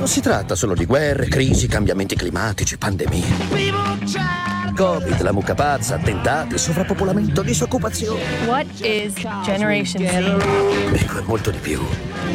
Non si tratta solo di guerre, crisi, cambiamenti climatici, pandemie. Covid, la mucca pazza, attentati, sovrappopolamento, disoccupazione. What is Generation Z? Ecco, è molto di più.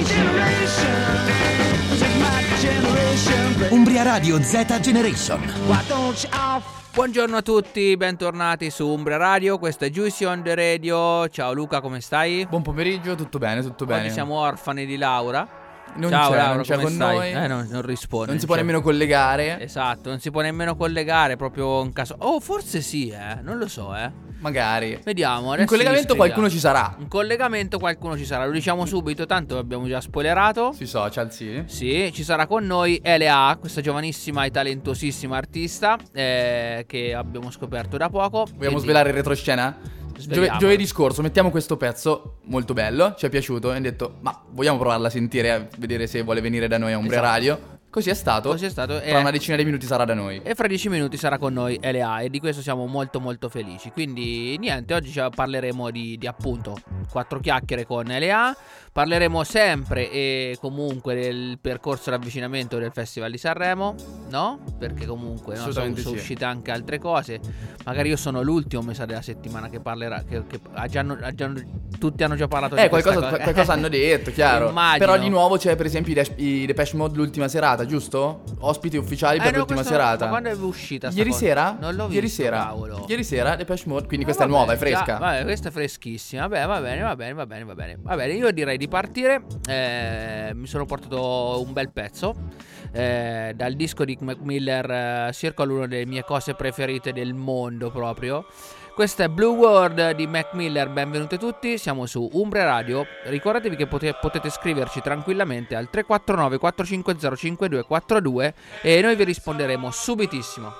Umbria Radio Z Generation. Buongiorno a tutti, bentornati su Umbria Radio, questo è Juicy on the Radio. Ciao Luca, come stai? Buon pomeriggio, tutto bene, tutto bene. Oggi siamo orfani di Laura. Ciao Laura, non c'è come con stai? noi. Non risponde. Non si può nemmeno collegare. Esatto, non si può nemmeno collegare, proprio un caso. Oh, forse sì, non lo so, Magari. Vediamo. In collegamento qualcuno ci sarà. In collegamento qualcuno ci sarà. Lo diciamo subito, tanto abbiamo già spoilerato. Sui social, sì. Sì, ci sarà con noi L.A., questa giovanissima e talentuosissima artista che abbiamo scoperto da poco. Vogliamo svelare il retroscena? Giovedì scorso mettiamo questo pezzo molto bello, ci è piaciuto e abbiamo detto ma vogliamo provarla a sentire, a vedere se vuole venire da noi a Umbria Radio. Così è stato. Tra una decina di minuti sarà da noi. E fra 10 minuti sarà con noi L.A. e di questo siamo molto molto felici. Quindi niente, oggi parleremo di appunto 4 chiacchiere con L.A. Parleremo sempre e comunque del percorso d'avvicinamento del Festival di Sanremo, no? Perché comunque sono uscite anche altre cose. Magari io sono l'ultimo, mi sa, della settimana che parlerà, che tutti hanno già parlato di qualcosa hanno detto, chiaro. Immagino. Però di nuovo c'è per esempio i Depeche Mode l'ultima serata, giusto? Ospiti ufficiali per l'ultima serata. Ma quando è uscita ieri sera? Non l'ho ieri visto, sera. cavolo. Ieri sera Depeche Mode, quindi questa è nuova, è fresca. Vabbè, questa è freschissima. Vabbè, va bene. Io direi di partire. Mi sono portato un bel pezzo dal disco di Mac Miller, Circle, una delle mie cose preferite del mondo proprio. Questa è Blue World di Mac Miller, benvenuti tutti, siamo su Umbria Radio. Ricordatevi che potete scriverci tranquillamente al 349 450 5242 e noi vi risponderemo subitissimo.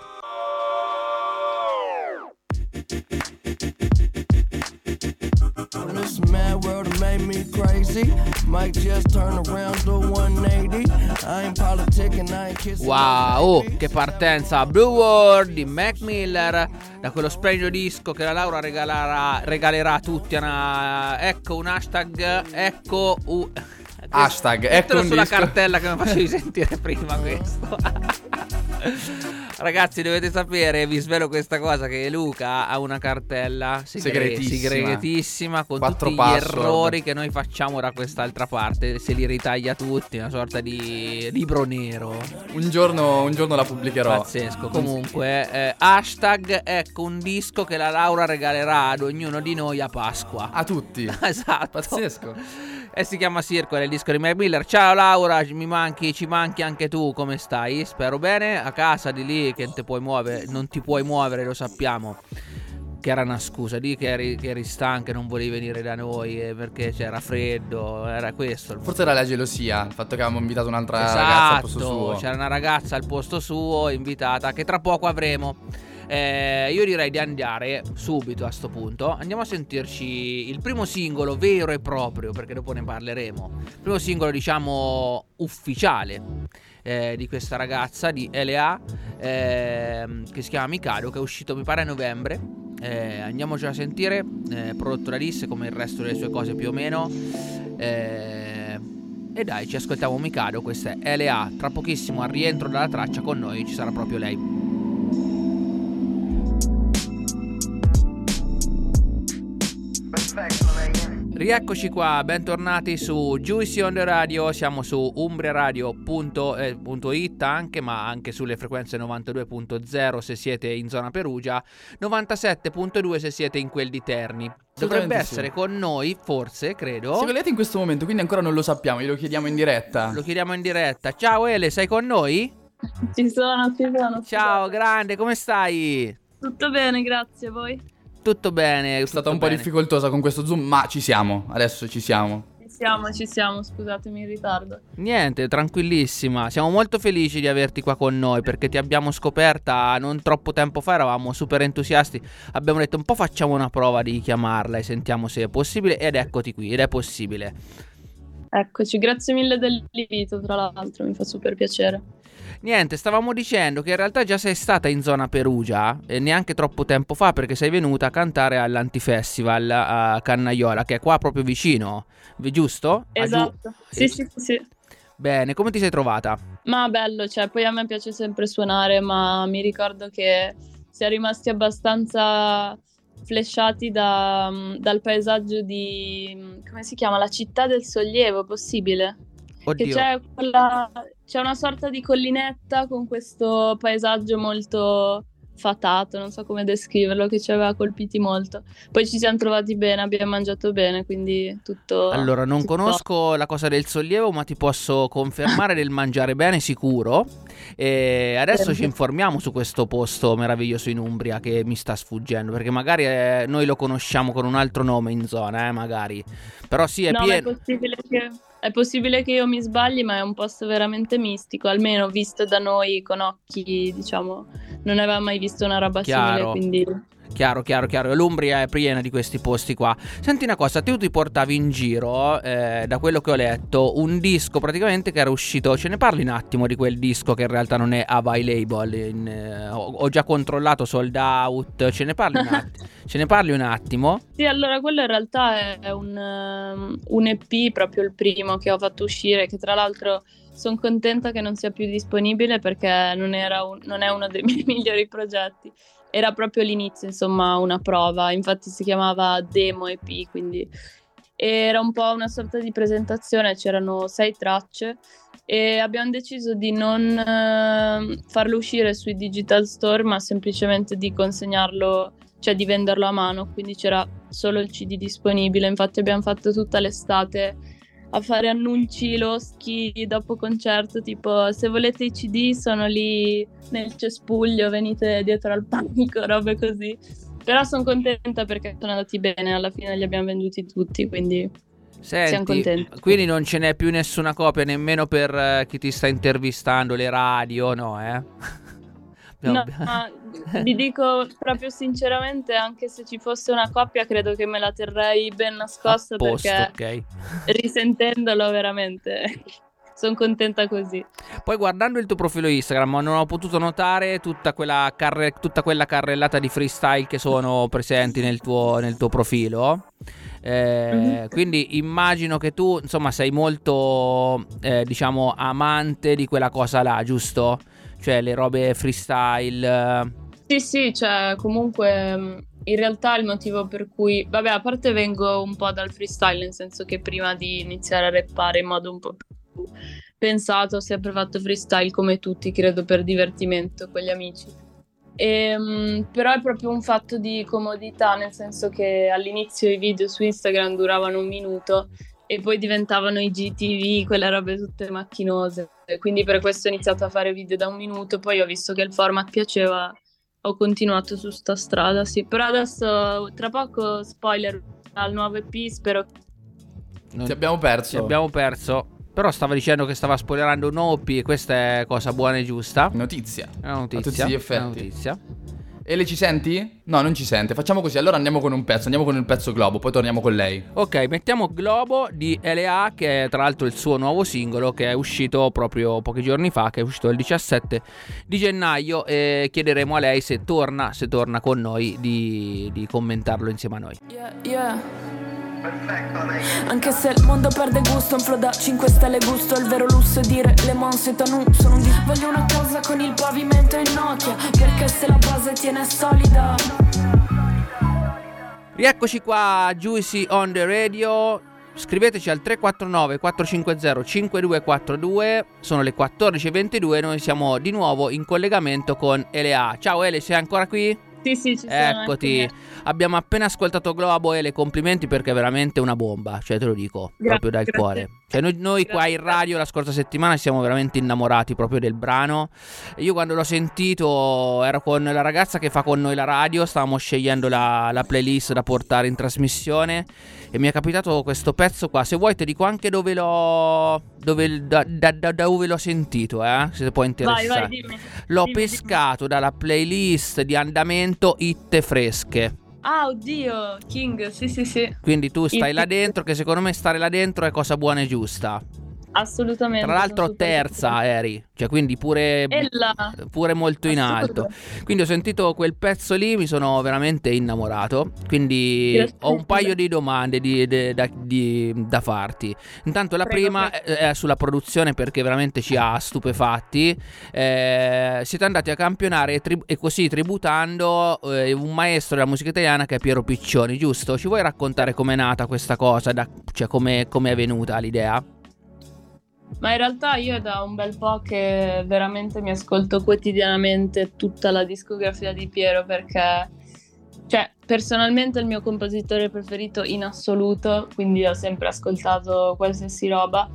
Wow, che partenza! Blue World di Mac Miller, da quello splendido disco che la Laura regalerà a tutti. Ecco un hashtag, ecco ecco un sulla disco. cartella che mi facevi sentire prima questo. Ragazzi, dovete sapere, vi svelo questa cosa, che Luca ha una cartella segretissima con 4 tutti password. Gli errori che noi facciamo da quest'altra parte. Se li ritaglia tutti, una sorta di libro nero. Un giorno la pubblicherò. Pazzesco. Comunque hashtag, ecco un disco che la Laura regalerà ad ognuno di noi a Pasqua. A tutti. Esatto. Pazzesco. E si chiama Circle, il disco di Mac Miller. Ciao Laura, ci manchi anche tu, come stai? Spero bene, a casa di lì che non ti puoi muovere, lo sappiamo. Che era una scusa, di che eri stanca e non volevi venire da noi perché c'era freddo, era questo. Forse era la gelosia, il fatto che avevamo invitato un'altra ragazza al posto suo. C'era una ragazza al posto suo invitata che tra poco avremo. Io direi di andare subito a sto punto. Andiamo a sentirci il primo singolo vero e proprio, perché dopo ne parleremo. Il primo singolo, diciamo, ufficiale di questa ragazza, di L.A., che si chiama Mikado, che è uscito mi pare a novembre. Andiamoci a sentire, prodotto da Alice come il resto delle sue cose più o meno. E dai, ci ascoltiamo Mikado. Questa è L.A. Tra pochissimo, al rientro dalla traccia, con noi ci sarà proprio lei. Rieccoci qua, bentornati su Juicy on the Radio. Siamo su umbriaradio.it anche, ma anche sulle frequenze 92.0 se siete in zona Perugia, 97.2 se siete in quel di Terni. Dovrebbe essere con noi, forse, credo. Si collegate in questo momento, quindi ancora non lo sappiamo, glielo chiediamo in diretta. Ciao Ele, sei con noi? Ci sono. Ciao, grande, come stai? Tutto bene, grazie, voi? Tutto bene. È stata un po' difficoltosa con questo Zoom, ma ci siamo, adesso ci siamo. Ci siamo, scusatemi il ritardo. Niente, tranquillissima. Siamo molto felici di averti qua con noi, perché ti abbiamo scoperta non troppo tempo fa, eravamo super entusiasti. Abbiamo detto un po' facciamo una prova di chiamarla e sentiamo se è possibile, ed eccoti qui, ed è possibile. Eccoci, grazie mille dell'invito, tra l'altro, mi fa super piacere. Niente, stavamo dicendo che in realtà già sei stata in zona Perugia neanche troppo tempo fa, perché sei venuta a cantare all'Antifestival a Cannaiola, che è qua proprio vicino, giusto? Esatto, sì. Bene, come ti sei trovata? Ma bello, cioè poi a me piace sempre suonare, ma mi ricordo che si è rimasti abbastanza flashati dal paesaggio di, come si chiama? La Città del Sollievo, possibile? Oddio. Che c'è una sorta di collinetta con questo paesaggio molto fatato, non so come descriverlo, che ci aveva colpiti molto. Poi ci siamo trovati bene, abbiamo mangiato bene, quindi tutto... Allora, non conosco la cosa del sollievo, ma ti posso confermare del mangiare bene sicuro. E adesso ci informiamo su questo posto meraviglioso in Umbria che mi sta sfuggendo, perché magari noi lo conosciamo con un altro nome in zona, magari. Però sì, è pieno... È possibile che io mi sbagli, ma è un posto veramente mistico, almeno visto da noi con occhi, diciamo, non aveva mai visto una roba simile, quindi... Chiaro. L'Umbria è piena di questi posti qua. Senti una cosa, tu ti portavi in giro, da quello che ho letto, un disco praticamente che era uscito. Ce ne parli un attimo di quel disco che in realtà non è available? Ho già controllato, sold out. Ce ne parli un attimo? Sì, allora quello in realtà è un EP, proprio il primo che ho fatto uscire, che tra l'altro sono contenta che non sia più disponibile perché non è uno dei miei migliori progetti. Era proprio l'inizio, insomma, una prova, infatti si chiamava Demo EP, quindi era un po' una sorta di presentazione, c'erano 6 tracce e abbiamo deciso di non farlo uscire sui digital store, ma semplicemente di consegnarlo, cioè di venderlo a mano, quindi c'era solo il CD disponibile. Infatti abbiamo fatto tutta l'estate a fare annunci loschi dopo concerto, tipo se volete i CD sono lì nel cespuglio, venite dietro al panico, robe così. Però sono contenta perché sono andati bene, alla fine li abbiamo venduti tutti, quindi siamo contenti. Quindi non ce n'è più nessuna copia nemmeno per chi ti sta intervistando, le radio, no? No, ma vi dico proprio sinceramente, anche se ci fosse una coppia credo che me la terrei ben nascosta, perché okay. Risentendolo veramente sono contenta così. Poi guardando il tuo profilo Instagram non ho potuto notare tutta quella carrellata di freestyle che sono presenti nel tuo profilo. Quindi immagino che tu insomma sei molto diciamo amante di quella cosa là, giusto? Cioè le robe freestyle. Sì, cioè comunque in realtà il motivo per cui, vabbè, a parte vengo un po' dal freestyle, nel senso che prima di iniziare a rappare in modo un po' più pensato ho sempre fatto freestyle come tutti, credo per divertimento con gli amici. Però è proprio un fatto di comodità, nel senso che all'inizio i video su Instagram duravano 1 minuto e poi diventavano i GTV, quelle robe tutte macchinose. Quindi per questo ho iniziato a fare video da 1 minuto, poi ho visto che il format piaceva, ho continuato su sta strada, sì. Però adesso, tra poco, spoiler al nuovo EP, spero... Ci abbiamo perso. Però stava dicendo che stava spoilerando un nuovo EP e questa è cosa buona e giusta. Notizia. È una notizia. A tutti gli effetti. È una notizia. Ele, ci senti? No, non ci sente. Facciamo così, allora andiamo con il pezzo Globo, poi torniamo con lei. Ok, mettiamo Globo di LA, che è tra l'altro il suo nuovo singolo, che è uscito proprio pochi giorni fa, che è uscito il 17 di gennaio, e chiederemo a lei se torna con noi di commentarlo insieme a noi. Yeah. Anche se il mondo perde gusto, un flow da 5 stelle gusto. Il vero lusso è dire le monse tanu sono un voglio una casa con il pavimento in Nokia, perché se la base tiene solida. Rieccoci qua, Juicy on the radio. Scriveteci al 349 450 5242. Sono le 14:22. Noi siamo di nuovo in collegamento con Elea. Ciao Ele, sei ancora qui? Sì, ci sono. Eccoti, abbiamo appena ascoltato Globo e le complimenti perché è veramente una bomba, cioè te lo dico, proprio dal cuore. Cioè noi qua in radio la scorsa settimana ci siamo veramente innamorati proprio del brano. E io quando l'ho sentito ero con la ragazza che fa con noi la radio, stavamo scegliendo la playlist da portare in trasmissione e mi è capitato questo pezzo qua. Se vuoi ti dico anche dove l'ho sentito, se può interessare. Vai, dimmi. L'ho pescato dalla playlist di andamento Itte Fresche. Ah, oddio, King, sì. Quindi tu stai là dentro, che secondo me stare là dentro è cosa buona e giusta. Assolutamente. Tra l'altro terza eri, cioè quindi pure molto in alto. Quindi ho sentito quel pezzo lì, mi sono veramente innamorato. Quindi ho un paio di domande da farti. Intanto la prima è sulla produzione, perché veramente ci ha stupefatti. Siete andati a campionare e così tributando un maestro della musica italiana che è Piero Piccioni, giusto? Ci vuoi raccontare com'è nata questa cosa, cioè come è venuta l'idea? Ma in realtà io è da un bel po' che veramente mi ascolto quotidianamente tutta la discografia di Piero, perché cioè personalmente è il mio compositore preferito in assoluto, quindi ho sempre ascoltato qualsiasi roba.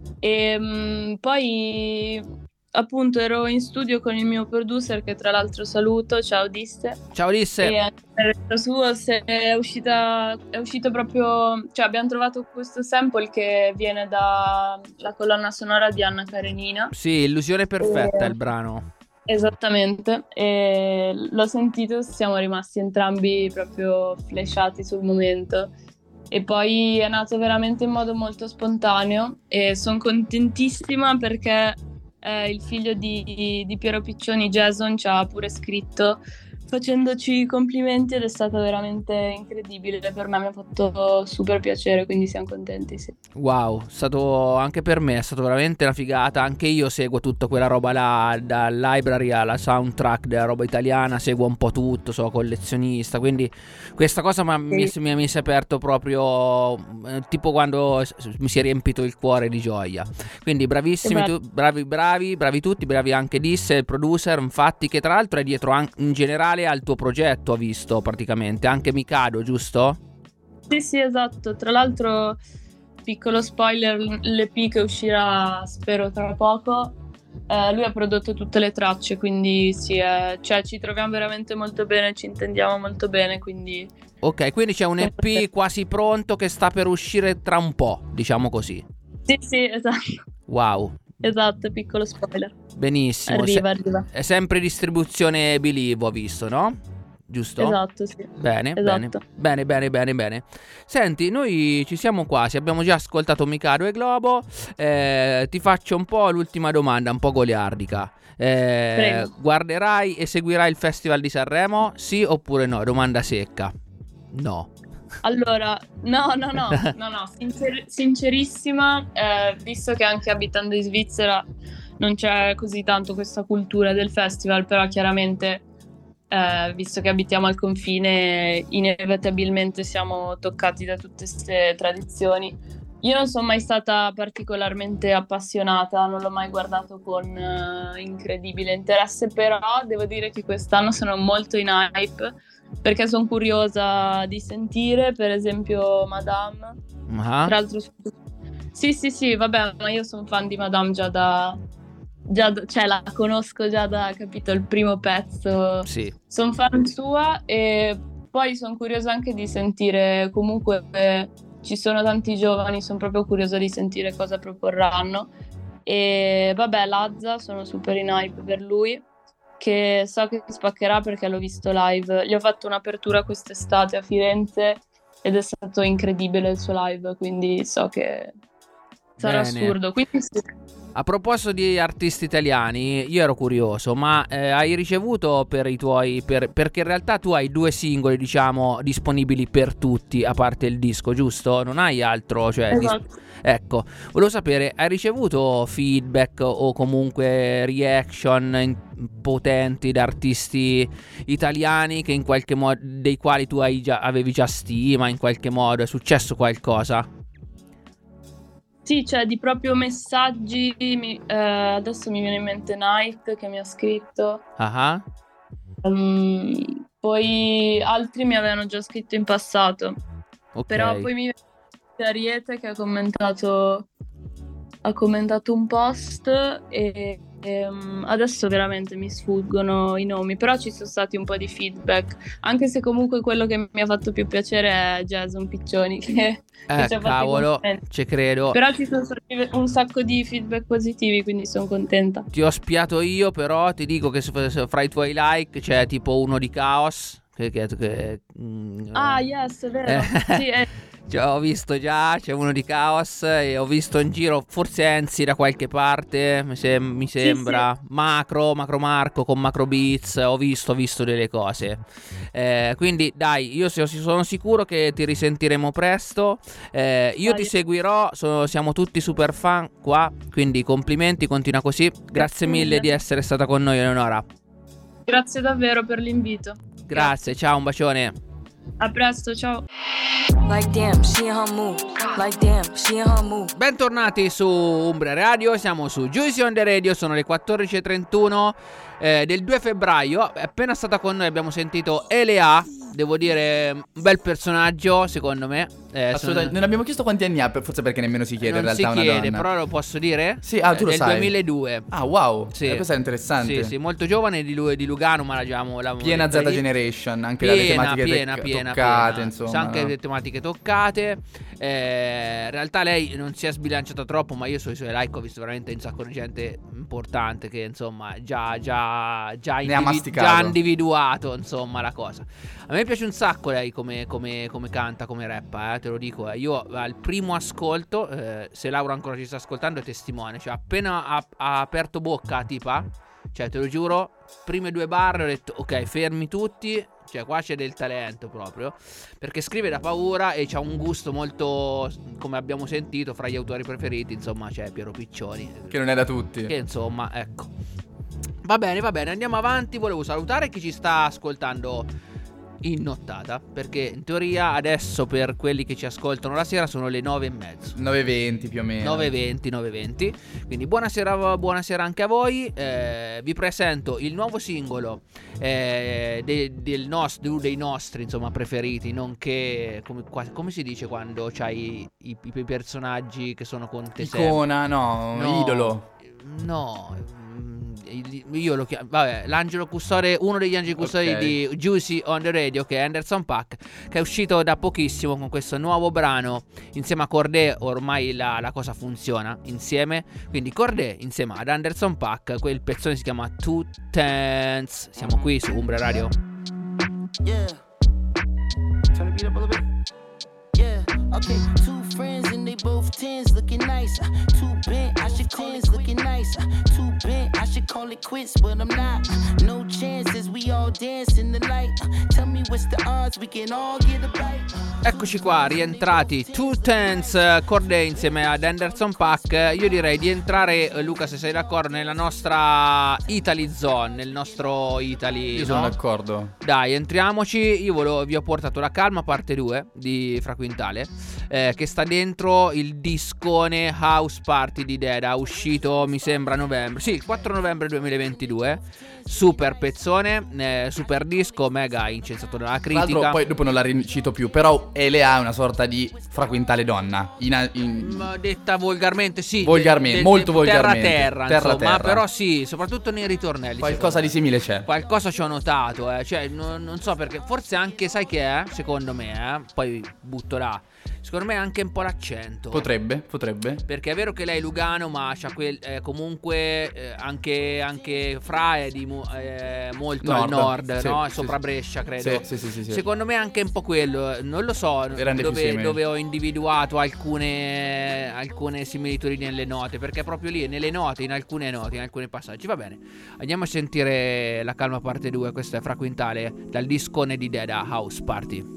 E poi appunto ero in studio con il mio producer, che tra l'altro saluto, ciao Disse. Ciao Disse. E anche il suo è uscito proprio, cioè abbiamo trovato questo sample che viene dalla colonna sonora di Anna Karenina. Sì, Illusione perfetta è il brano. Esattamente, e l'ho sentito, siamo rimasti entrambi proprio flashati sul momento. E poi è nato veramente in modo molto spontaneo e sono contentissima perché il figlio di Piero Piccioni, Jason, ci ha pure scritto facendoci complimenti ed è stato veramente incredibile. Per me mi ha fatto super piacere, quindi siamo contenti, sì. Wow, anche per me è stato veramente una figata. Anche io seguo tutta quella roba là, dal library alla soundtrack della roba italiana, seguo un po' tutto, sono collezionista, quindi questa cosa mi si è aperto proprio tipo quando mi si è riempito il cuore di gioia. Quindi bravissimi, bravi tutti, bravi anche Disse, il producer, infatti, che tra l'altro è dietro in generale al tuo progetto, ha visto praticamente anche Mikado, giusto? Sì, esatto. Tra l'altro, piccolo spoiler, l'EP che uscirà spero tra poco, lui ha prodotto tutte le tracce, quindi sì, cioè ci troviamo veramente molto bene, ci intendiamo molto bene, quindi... Ok, quindi c'è un EP quasi pronto che sta per uscire tra un po', diciamo così. Sì, esatto. Wow. Esatto, piccolo spoiler. Benissimo. Arriva. È sempre distribuzione Believe, ho visto, no? Giusto? Esatto, sì. Bene, esatto. Bene. Senti, noi ci siamo quasi, abbiamo già ascoltato Mikado e Globo. Ti faccio un po' l'ultima domanda, un po' goliardica. Guarderai e seguirai il Festival di Sanremo? Sì oppure no? Domanda secca. No. Allora, no, sincerissima, visto che anche abitando in Svizzera non c'è così tanto questa cultura del festival, però chiaramente, visto che abitiamo al confine, inevitabilmente siamo toccati da tutte queste tradizioni. Io non sono mai stata particolarmente appassionata, non l'ho mai guardato con incredibile interesse, però devo dire che quest'anno sono molto in hype, perché sono curiosa di sentire, per esempio, Madame. Uh-huh. Tra l'altro, sì, vabbè, ma io sono fan di Madame cioè la conosco già da, capito, il primo pezzo. Sì. Sono fan sua e poi sono curiosa anche di sentire, comunque ci sono tanti giovani, sono proprio curiosa di sentire cosa proporranno. E vabbè, Lazza, sono super in hype per lui, che so che spaccherà perché l'ho visto live. Gli ho fatto un'apertura quest'estate a Firenze ed è stato incredibile il suo live, quindi so che sarà assurdo. Quindi sì. A proposito di artisti italiani, io ero curioso, ma hai ricevuto per i tuoi... perché in realtà tu hai 2 singoli, diciamo, disponibili per tutti, a parte il disco, giusto? Non hai altro, cioè... Esatto. Ecco, volevo sapere, hai ricevuto feedback o comunque reaction potenti da artisti italiani che in qualche modo, dei quali tu avevi già stima, in qualche modo è successo qualcosa? Sì, cioè di proprio messaggi, adesso mi viene in mente Night che mi ha scritto. Poi altri mi avevano già scritto in passato. Okay. Però poi mi viene Ariete che ha commentato un post e adesso veramente mi sfuggono i nomi, però ci sono stati un po' di feedback, anche se comunque quello che mi ha fatto più piacere è Jason Piccioni che ci ha cavolo, ci credo. Però ci sono stati un sacco di feedback positivi, quindi sono contenta. Ti ho spiato io, però ti dico che fra i tuoi like c'è tipo uno di Chaos yes, è vero. Sì, Ho visto già, c'è uno di Chaos e ho visto in giro forse Enzi da qualche parte, mi sembra. Sì. Macro Marco con Macro Beats, ho visto delle cose. Quindi dai, io sono sicuro che ti risentiremo presto. Io ti seguirò, siamo tutti super fan qua, quindi complimenti, continua così. Grazie mille di essere stata con noi, Eleonora. Grazie davvero per l'invito. Grazie, ciao, un bacione. A presto, ciao. Bentornati su Umbria Radio, siamo su Juicy on the Radio, sono le 14:31 del 2 febbraio. È appena stata con noi, abbiamo sentito Elea. Devo dire, un bel personaggio, secondo me. Assolutamente. Non abbiamo chiesto quanti anni ha, forse perché nemmeno si chiede non in realtà. Si chiede, una donna. però lo posso dire? Sì, tu lo sai. Del 2002. Ah, wow. Sì. Questo è interessante. Sì, molto giovane, di Lugano, ma la piena Z Generation, anche dalle tematiche toccate, insomma. Anche le tematiche toccate. In realtà lei non si è sbilanciata troppo, ma io sui suoi like ho visto veramente un sacco di gente importante che insomma già individuato insomma la cosa. A me piace un sacco lei come canta, come rappa, te lo dico. Io al primo ascolto, se Laura ancora ci sta ascoltando è testimone, cioè appena ha aperto bocca tipa, cioè te lo giuro, prime 2 barre ho detto ok, fermi tutti. Cioè qua c'è del talento proprio, perché scrive da paura e c'ha un gusto molto, come abbiamo sentito, fra gli autori preferiti, insomma c'è Piero Piccioni, che non è da tutti, che insomma, ecco. Va bene, andiamo avanti. Volevo salutare chi ci sta ascoltando in nottata, perché in teoria adesso per quelli che ci ascoltano la sera sono le 9:30, 9:20 più o meno, 9:20. Quindi buonasera anche a voi. Vi presento il nuovo singolo dei nostri insomma preferiti, nonché come si dice quando c'hai i personaggi che sono con te, icona, no, idolo, no, io lo chiamo, vabbè, l'angelo custode, uno degli angeli custodi di Juicy on the Radio, che è Anderson .Paak, che è uscito da pochissimo con questo nuovo brano insieme a Cordae. Ormai la cosa funziona insieme, quindi Cordae insieme ad Anderson .Paak, quel pezzone si chiama Two Tens. Siamo qui su Umbria Radio. Yeah. Turn the beat up a little bit. Yeah. Okay, 2 friends and they both 10s looking nice. 2 bent, I should call it looking nice. 2 bent, I should call it quits, but I'm not. No chances, we all dance in the light. Tell me what's the odds, we can all get a bite. Eccoci qua, rientrati, Two Tens, Cordae insieme ad Anderson .Paak. Io direi di entrare, Luca, se sei d'accordo, nella nostra Italy Zone, nel nostro Italy. Io sono d'accordo. Dai, entriamoci. Io vi ho portato La Calma parte 2 di Fra Quintale, che sta dentro il discone House Party di Deda, uscito mi sembra a novembre. Sì, il 4 novembre 2022. Super pezzone, super disco, mega incensato dalla critica. Tra l'altro poi dopo non la rincito più, però Elea è una sorta di Fra Quintale donna detta volgarmente, sì. Molto volgarmente. Terra. Però sì, soprattutto nei ritornelli. Qualcosa di simile c'è. Qualcosa ci ho notato, cioè non so perché. Forse anche, sai che è? Secondo me, poi butto là. Secondo me anche un po' l'accento. Potrebbe. Perché è vero che lei è Lugano, ma c'ha comunque anche Fra è di molto nord, al nord, sì, no? Sì, Sopra Brescia, credo. Sì. Secondo me anche un po' quello. Non lo so dove ho individuato alcune similitudini nelle note, perché proprio lì nelle note, in alcune passaggi. Va bene, andiamo a sentire La Calma parte 2. Questo è Fra Quintale dal discone di Deda, House Party.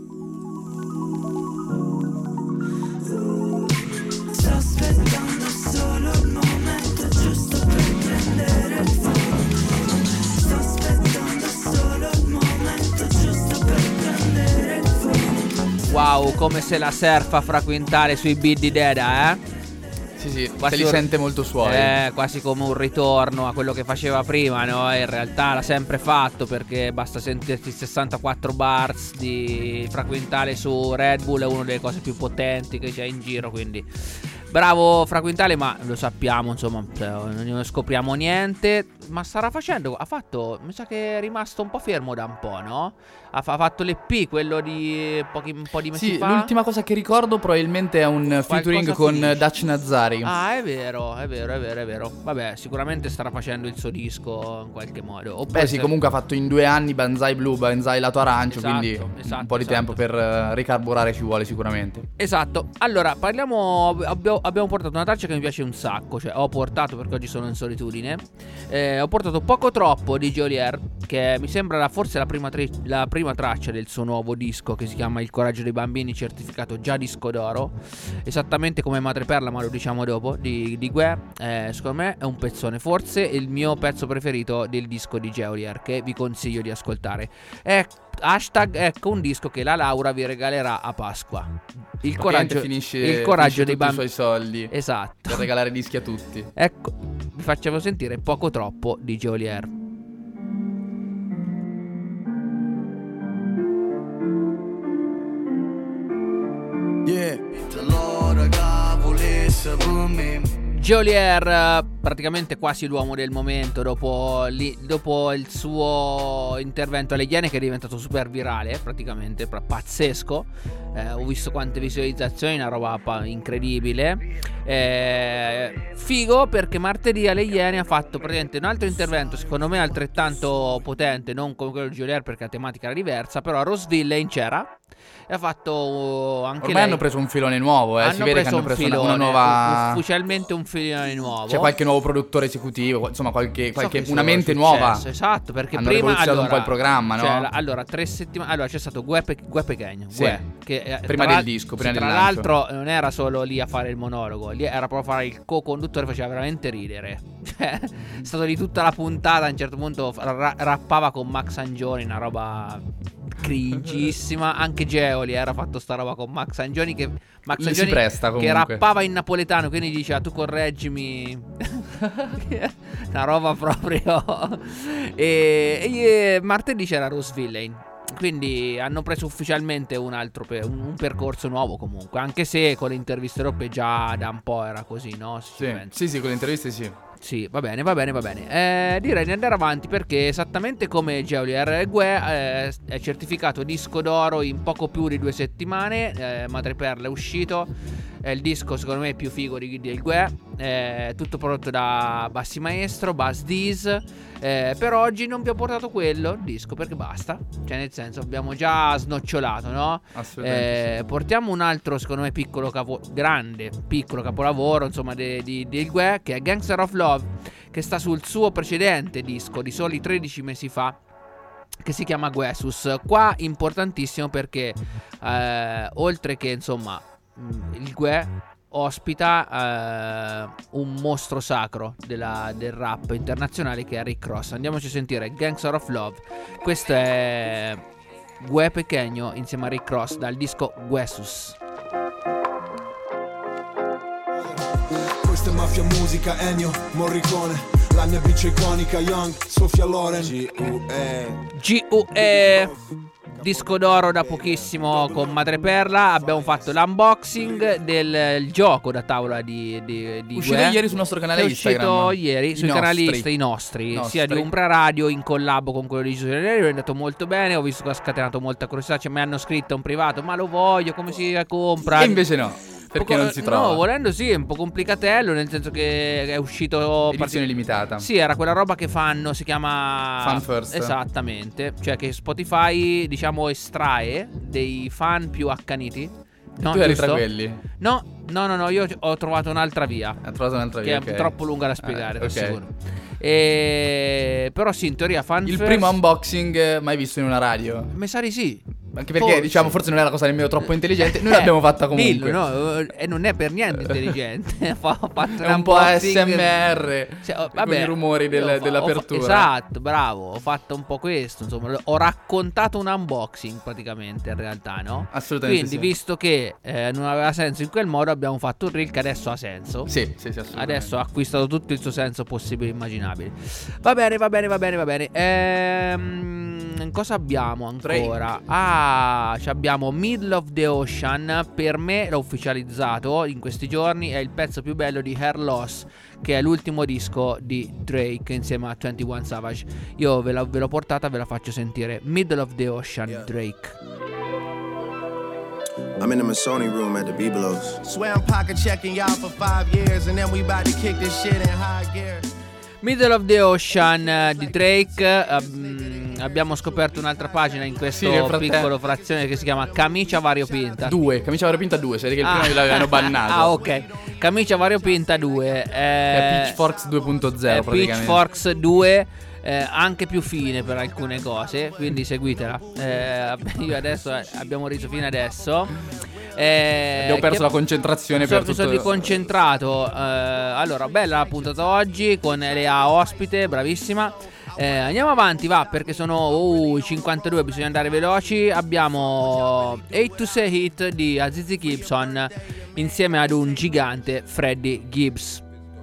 Sto aspettando solo il momento giusto per prendere il fuoco. Sto aspettando solo il momento giusto per prendere il fuoco. Wow, come se la surfa Fra Quintale sui beat di Deda, Sì, quasi se li sente molto suoi. Quasi come un ritorno a quello che faceva prima, no? In realtà l'ha sempre fatto, perché basta sentirti 64 bars di Fra Quintale su Red Bull, è una delle cose più potenti che c'è in giro, quindi Bravo Fra Quintale, ma lo sappiamo, insomma, non ne scopriamo niente. Ma starà facendo, mi sa che è rimasto un po' fermo da un po', no? Ha fatto l'EP, quello di un po' di mesi fa. Sì, l'ultima cosa che ricordo probabilmente è un featuring con Dutch Nazari. Ah, è vero. Vabbè, sicuramente starà facendo il suo disco in qualche modo. Beh sì, comunque ha fatto in 2 anni Banzai Blu, Banzai Lato Arancio, quindi un po' di tempo per ricarburare ci vuole sicuramente. Esatto. Allora, abbiamo portato una traccia che mi piace un sacco, cioè ho portato perché oggi sono in solitudine. Ho portato Poco Troppo di Geolier, che mi sembra forse la prima traccia del suo nuovo disco, che si chiama Il Coraggio dei Bambini, certificato già disco d'oro, esattamente come Madreperla, ma lo diciamo dopo, di Gue. Secondo me è un pezzone, forse il mio pezzo preferito del disco di Geolier, che vi consiglio di ascoltare. Ecco un disco che la Laura vi regalerà a Pasqua. Il coraggio dei bambini, i suoi soldi. Esatto. Per regalare dischi a tutti. Ecco, vi facciamo sentire Poco Troppo di Geolier. Geolier, praticamente quasi l'uomo del momento dopo il suo intervento alle Iene, che è diventato super virale, praticamente pazzesco. Ho visto quante visualizzazioni, una roba incredibile. Figo, perché martedì alle Iene ha fatto praticamente un altro intervento, secondo me altrettanto potente, non come quello di Geolier perché la tematica era diversa, però a Roseville c'era. E ha fatto anche ormai hanno preso un filone nuovo, si vede che hanno preso una nuova, ufficialmente un filone nuovo. C'è qualche nuovo produttore esecutivo, insomma una mente nuova. Esatto, perché hanno prima rivoluzionato un po' il programma, no? Allora 3 settimane. Allora c'è stato Gue Pequeno, che prima del disco, prima del tra lancio. l'altro non era solo lì a fare il monologo, lì era proprio a fare il co-conduttore, faceva veramente ridere. Cioè, è stato lì tutta la puntata, a un certo punto rappava con Max Angioni, una roba cringissima. Anche Geoli era fatto sta roba con Max Angioni, che si presta comunque, che rappava in napoletano, quindi diceva tu correggimi. Una roba proprio. E martedì c'era Rose Villain, quindi hanno preso ufficialmente un percorso nuovo comunque, anche se con le interviste europe già da un po' era così, no? Sì, con le interviste sì. Sì, va bene. Direi di andare avanti, perché esattamente come Geolier, Gue è certificato disco d'oro in poco più di 2 settimane. Madreperla è uscito. È il disco secondo me più figo del Gue. Tutto prodotto da Bassi Maestro, Buzz Deez. Per oggi non vi ho portato quello disco perché basta. Cioè, nel senso, abbiamo già snocciolato, no? Assolutamente. Portiamo un altro, secondo me, piccolo capolavoro, insomma, del Gue, che è Gangster of Love, che sta sul suo precedente disco di soli 13 mesi fa, che si chiama Guesus. Qua importantissimo perché oltre che, insomma, il Gue ospita un mostro sacro del rap internazionale, che è Rick Ross. Andiamoci a sentire Gangster of Love. Questo è Gue Pequeno insieme a Rick Ross dal disco Guesus. Questa è Mafia Musica, Ennio Morricone, la mia bici iconica, Young, Sofia Loren. G.U.E. Disco d'oro da pochissimo con Madreperla. Abbiamo fatto l'unboxing del gioco da tavola di uscito Gue. ieri sul nostro canale Instagram. È uscito ieri sui canali i nostri, sia di Umbra Radio in collabo con quello di Giuseppe. È andato molto bene. Ho visto che ha scatenato molta curiosità. Mi hanno scritto in privato: ma lo voglio, come si compra? E invece no. Perché non si trova? No, volendo sì, è un po' complicatello, nel senso che è uscito edizione limitata. Sì, era quella roba che fanno, si chiama Fan First. Esattamente. Cioè che Spotify, diciamo, estrae dei fan più accaniti. No, tu eri tra quelli? No, io ho trovato un'altra via. Hai trovato un'altra via, che è troppo lunga da spiegare, okay. sicuro. Però sì, in teoria Fan Il First. primo unboxing mai visto in una radio? Mi sa di sì. Anche perché, diciamo, forse non è la cosa nemmeno troppo intelligente. Noi l'abbiamo fatta comunque. E non è per niente intelligente. È un po' ASMR. Con i rumori dell'apertura. Esatto, bravo. Ho fatto un po' questo. Insomma, ho raccontato un unboxing praticamente, in realtà, no? Assolutamente. Quindi, visto che non aveva senso in quel modo, abbiamo fatto un reel che adesso ha senso. Sì, assolutamente. Adesso ha acquistato tutto il suo senso possibile e immaginabile. Va bene. cosa abbiamo ancora? Abbiamo Middle of the Ocean. Per me l'ho ufficializzato in questi giorni, è il pezzo più bello di Hair Loss, che è l'ultimo disco di Drake insieme a 21 Savage. Io ve l'ho portata, ve la faccio sentire. Middle of the Ocean, Drake. I'm in the Masoni room at the Bibelos. Swear I'm pocket checking y'all for 5 years and then we about to kick this shit in high gear. Middle of the Ocean di Drake. Abbiamo scoperto un'altra pagina in questo piccolo frazione che si chiama Camicia Variopinta 2. Camicia Variopinta 2, sai che il primo l'avevano bannato. Ok. Camicia Variopinta 2 è Pitchforks 2.0 praticamente. Pitchforks 2, anche più fine per alcune cose, quindi seguitela. Io adesso abbiamo riso fino adesso. Abbiamo perso la concentrazione per tutto. Mi sono riconcentrato. Allora, bella la puntata oggi con Elea ospite, bravissima. Andiamo avanti, va, perché sono 52, bisogna andare veloci. Abbiamo Hate to Say It di Azizi Gibson insieme ad un gigante Freddie Gibbs.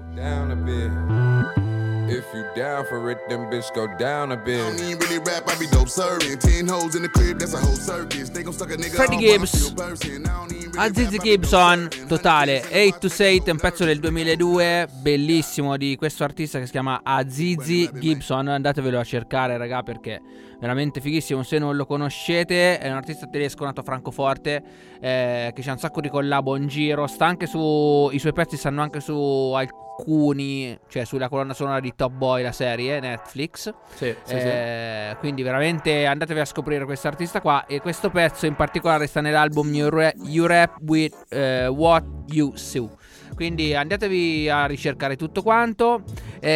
If you down for it, then bitch go down a bit. I don't even really rap, I be dope serving. 10 hoes in the crib, that's a whole circus. They gon' suck a nigga Freddie Gibbs, Azizi Gibson, totale. Hate to Say It, un pezzo del 2002, bellissimo, di questo artista che si chiama Azizi Gibson. Andatevelo a cercare, raga, perché veramente fighissimo. Se non lo conoscete, è un artista tedesco nato a Francoforte, che c'ha un sacco di collabo in giro. Sta anche su, i suoi pezzi stanno anche su alcuni, cioè sulla colonna sonora di Top Boy, la serie Netflix. Sì. Quindi veramente andatevi a scoprire questo artista qua. E questo pezzo in particolare sta nell'album You Rap With What You See. Quindi andatevi a ricercare tutto quanto.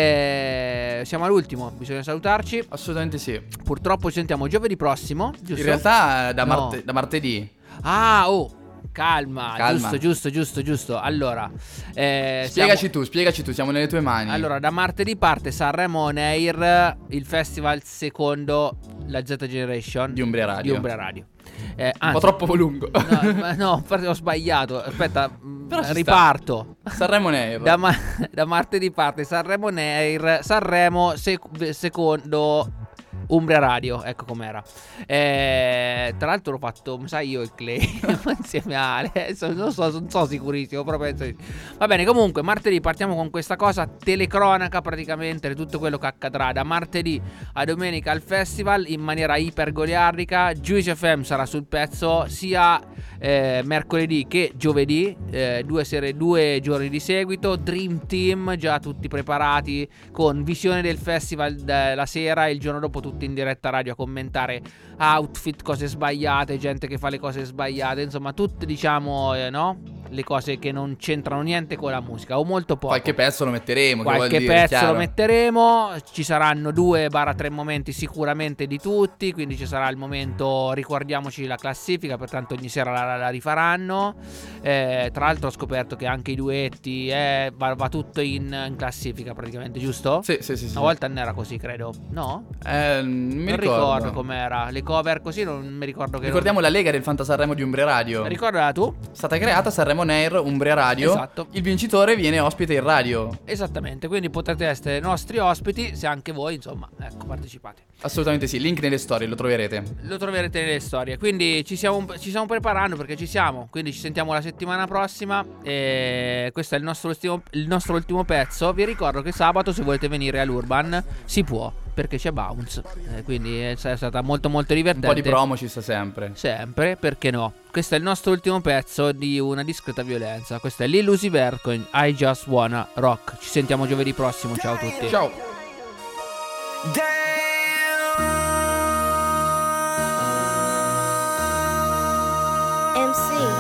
Siamo all'ultimo, bisogna salutarci. Assolutamente sì. Purtroppo ci sentiamo giovedì prossimo, giusto? In realtà da martedì. Calma. Giusto. Allora, spiegaci tu, siamo nelle tue mani. Allora, da martedì parte Sanremo On Air, il festival secondo la Z Generation di Umbria Radio. Un po' troppo lungo. No, ho sbagliato. Aspetta, riparto. Sanremo On Air. Da martedì parte Sanremo On Air, Sanremo secondo Umbria Radio, ecco com'era. Tra l'altro l'ho fatto, sai, io il claim insieme a Ale. Non so sicurissimo, però penso. Va bene, comunque martedì partiamo con questa cosa, telecronaca praticamente di tutto quello che accadrà da martedì a domenica al festival in maniera iper goliardica. Juice FM sarà sul pezzo sia mercoledì che giovedì, 2 giorni di seguito. Dream Team già tutti preparati con visione del festival la sera e il giorno dopo tutti in diretta radio a commentare outfit, cose sbagliate, gente che fa le cose sbagliate, insomma tutte, diciamo, le cose che non c'entrano niente con la musica o molto poco. Qualche pezzo lo metteremo, lo metteremo. Ci saranno 2-3 momenti sicuramente di tutti, quindi ci sarà il momento ricordiamoci la classifica, pertanto ogni sera la rifaranno. Tra l'altro ho scoperto che anche i duetti va tutto in classifica praticamente, giusto? Sì. Una volta non era così, credo. No? Non ricordo com'era. Le cover così non mi ricordo che. Ricordiamo la Lega del Fantasarremo di Umbria Radio. Ricordala tu? È stata creata Sanremo On Air Umbria Radio. Esatto. Il vincitore viene ospite in radio. Esattamente, quindi potete essere nostri ospiti se anche voi, insomma, ecco, partecipate. Assolutamente sì, link nelle storie, lo troverete. Lo troverete nelle storie. Quindi ci stiamo preparando, perché ci siamo. Quindi ci sentiamo la settimana prossima. E questo è il nostro ultimo pezzo. Vi ricordo che sabato, se volete venire all'Urban, si può, perché c'è Bounce. Quindi è stata molto molto divertente. Un po' di promo ci sta sempre. Sempre, perché no? Questo è il nostro ultimo pezzo di una discreta violenza. Questo è Lil Uzi Vert con I Just Wanna Rock. Ci sentiamo giovedì prossimo. Ciao a tutti. Ciao. MC